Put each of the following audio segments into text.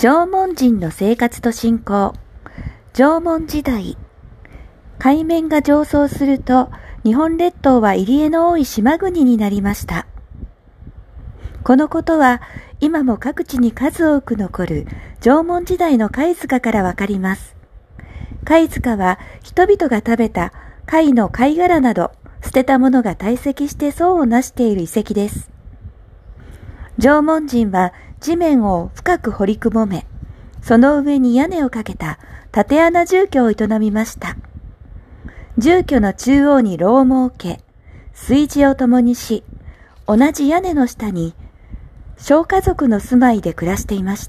縄文人の生活と信仰。縄文時代。海面が上昇すると、日本列島は入り江の多い島国になりました。このことは、今も各地に数多く残る縄文時代の貝塚からわかります。貝塚は人々が食べた貝の貝殻など捨てたものが堆積して層をなしている遺跡です。縄文人は地面を深く掘りくぼめ、その上に屋根をかけた縦穴住居を営みました。住居の中央に炉を設け、炊事を共にし、同じ屋根の下に小家族の住まいで暮らしていました。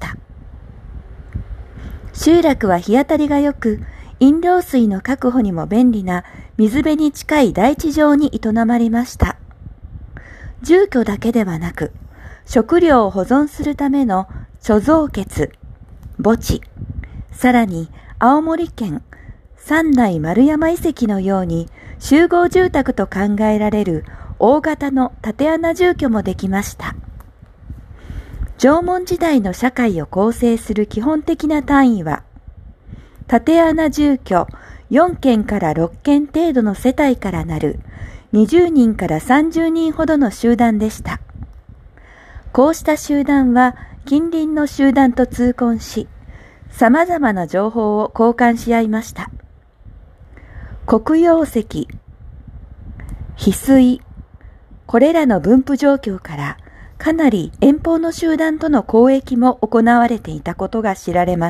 集落は日当たりが良く、飲料水の確保にも便利な水辺に近い大地上に営まれました。住居だけではなく、食料を保存するための貯蔵穴、墓地、さらに青森県三内丸山遺跡のように集合住宅と考えられる大型の縦穴住居もできました。縄文時代の社会を構成する基本的な単位は、縦穴住居4軒から6軒程度の世帯からなる20人から30人ほどの集団でした。こうした集団は近隣の集団と通婚し、様々な情報を交換し合いました。黒曜石、翡翠、これらの分布状況からかなり遠方の集団との交易も行われていたことが知られます。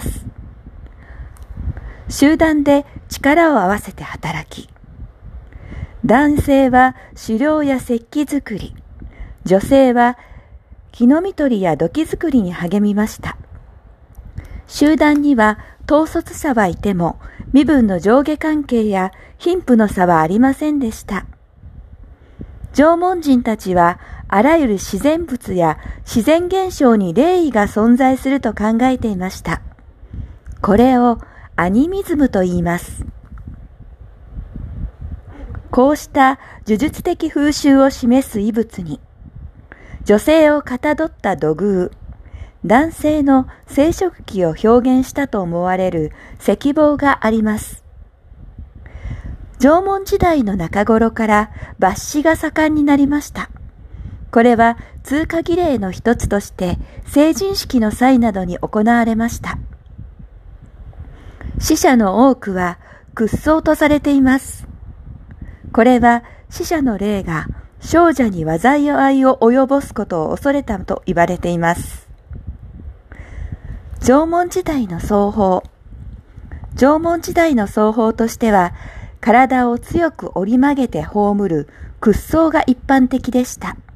集団で力を合わせて働き、男性は狩猟や石器作り、女性は木の実取りや土器作りに励みました。集団には統率者はいても、身分の上下関係や貧富の差はありませんでした。縄文人たちは、あらゆる自然物や自然現象に霊異が存在すると考えていました。これをアニミズムと言います。こうした呪術的風習を示す遺物に、女性をかたどった土偶、男性の生殖器を表現したと思われる石棒があります。縄文時代の中頃から抜歯が盛んになりました。これは通過儀礼の一つとして成人式の際などに行われました。死者の多くは屈葬とされています。これは死者の霊が少女に災いを及ぼすことを恐れたと言われています。縄文時代の奏法。縄文時代の奏法としては、体を強く折り曲げて葬る屈葬が一般的でした。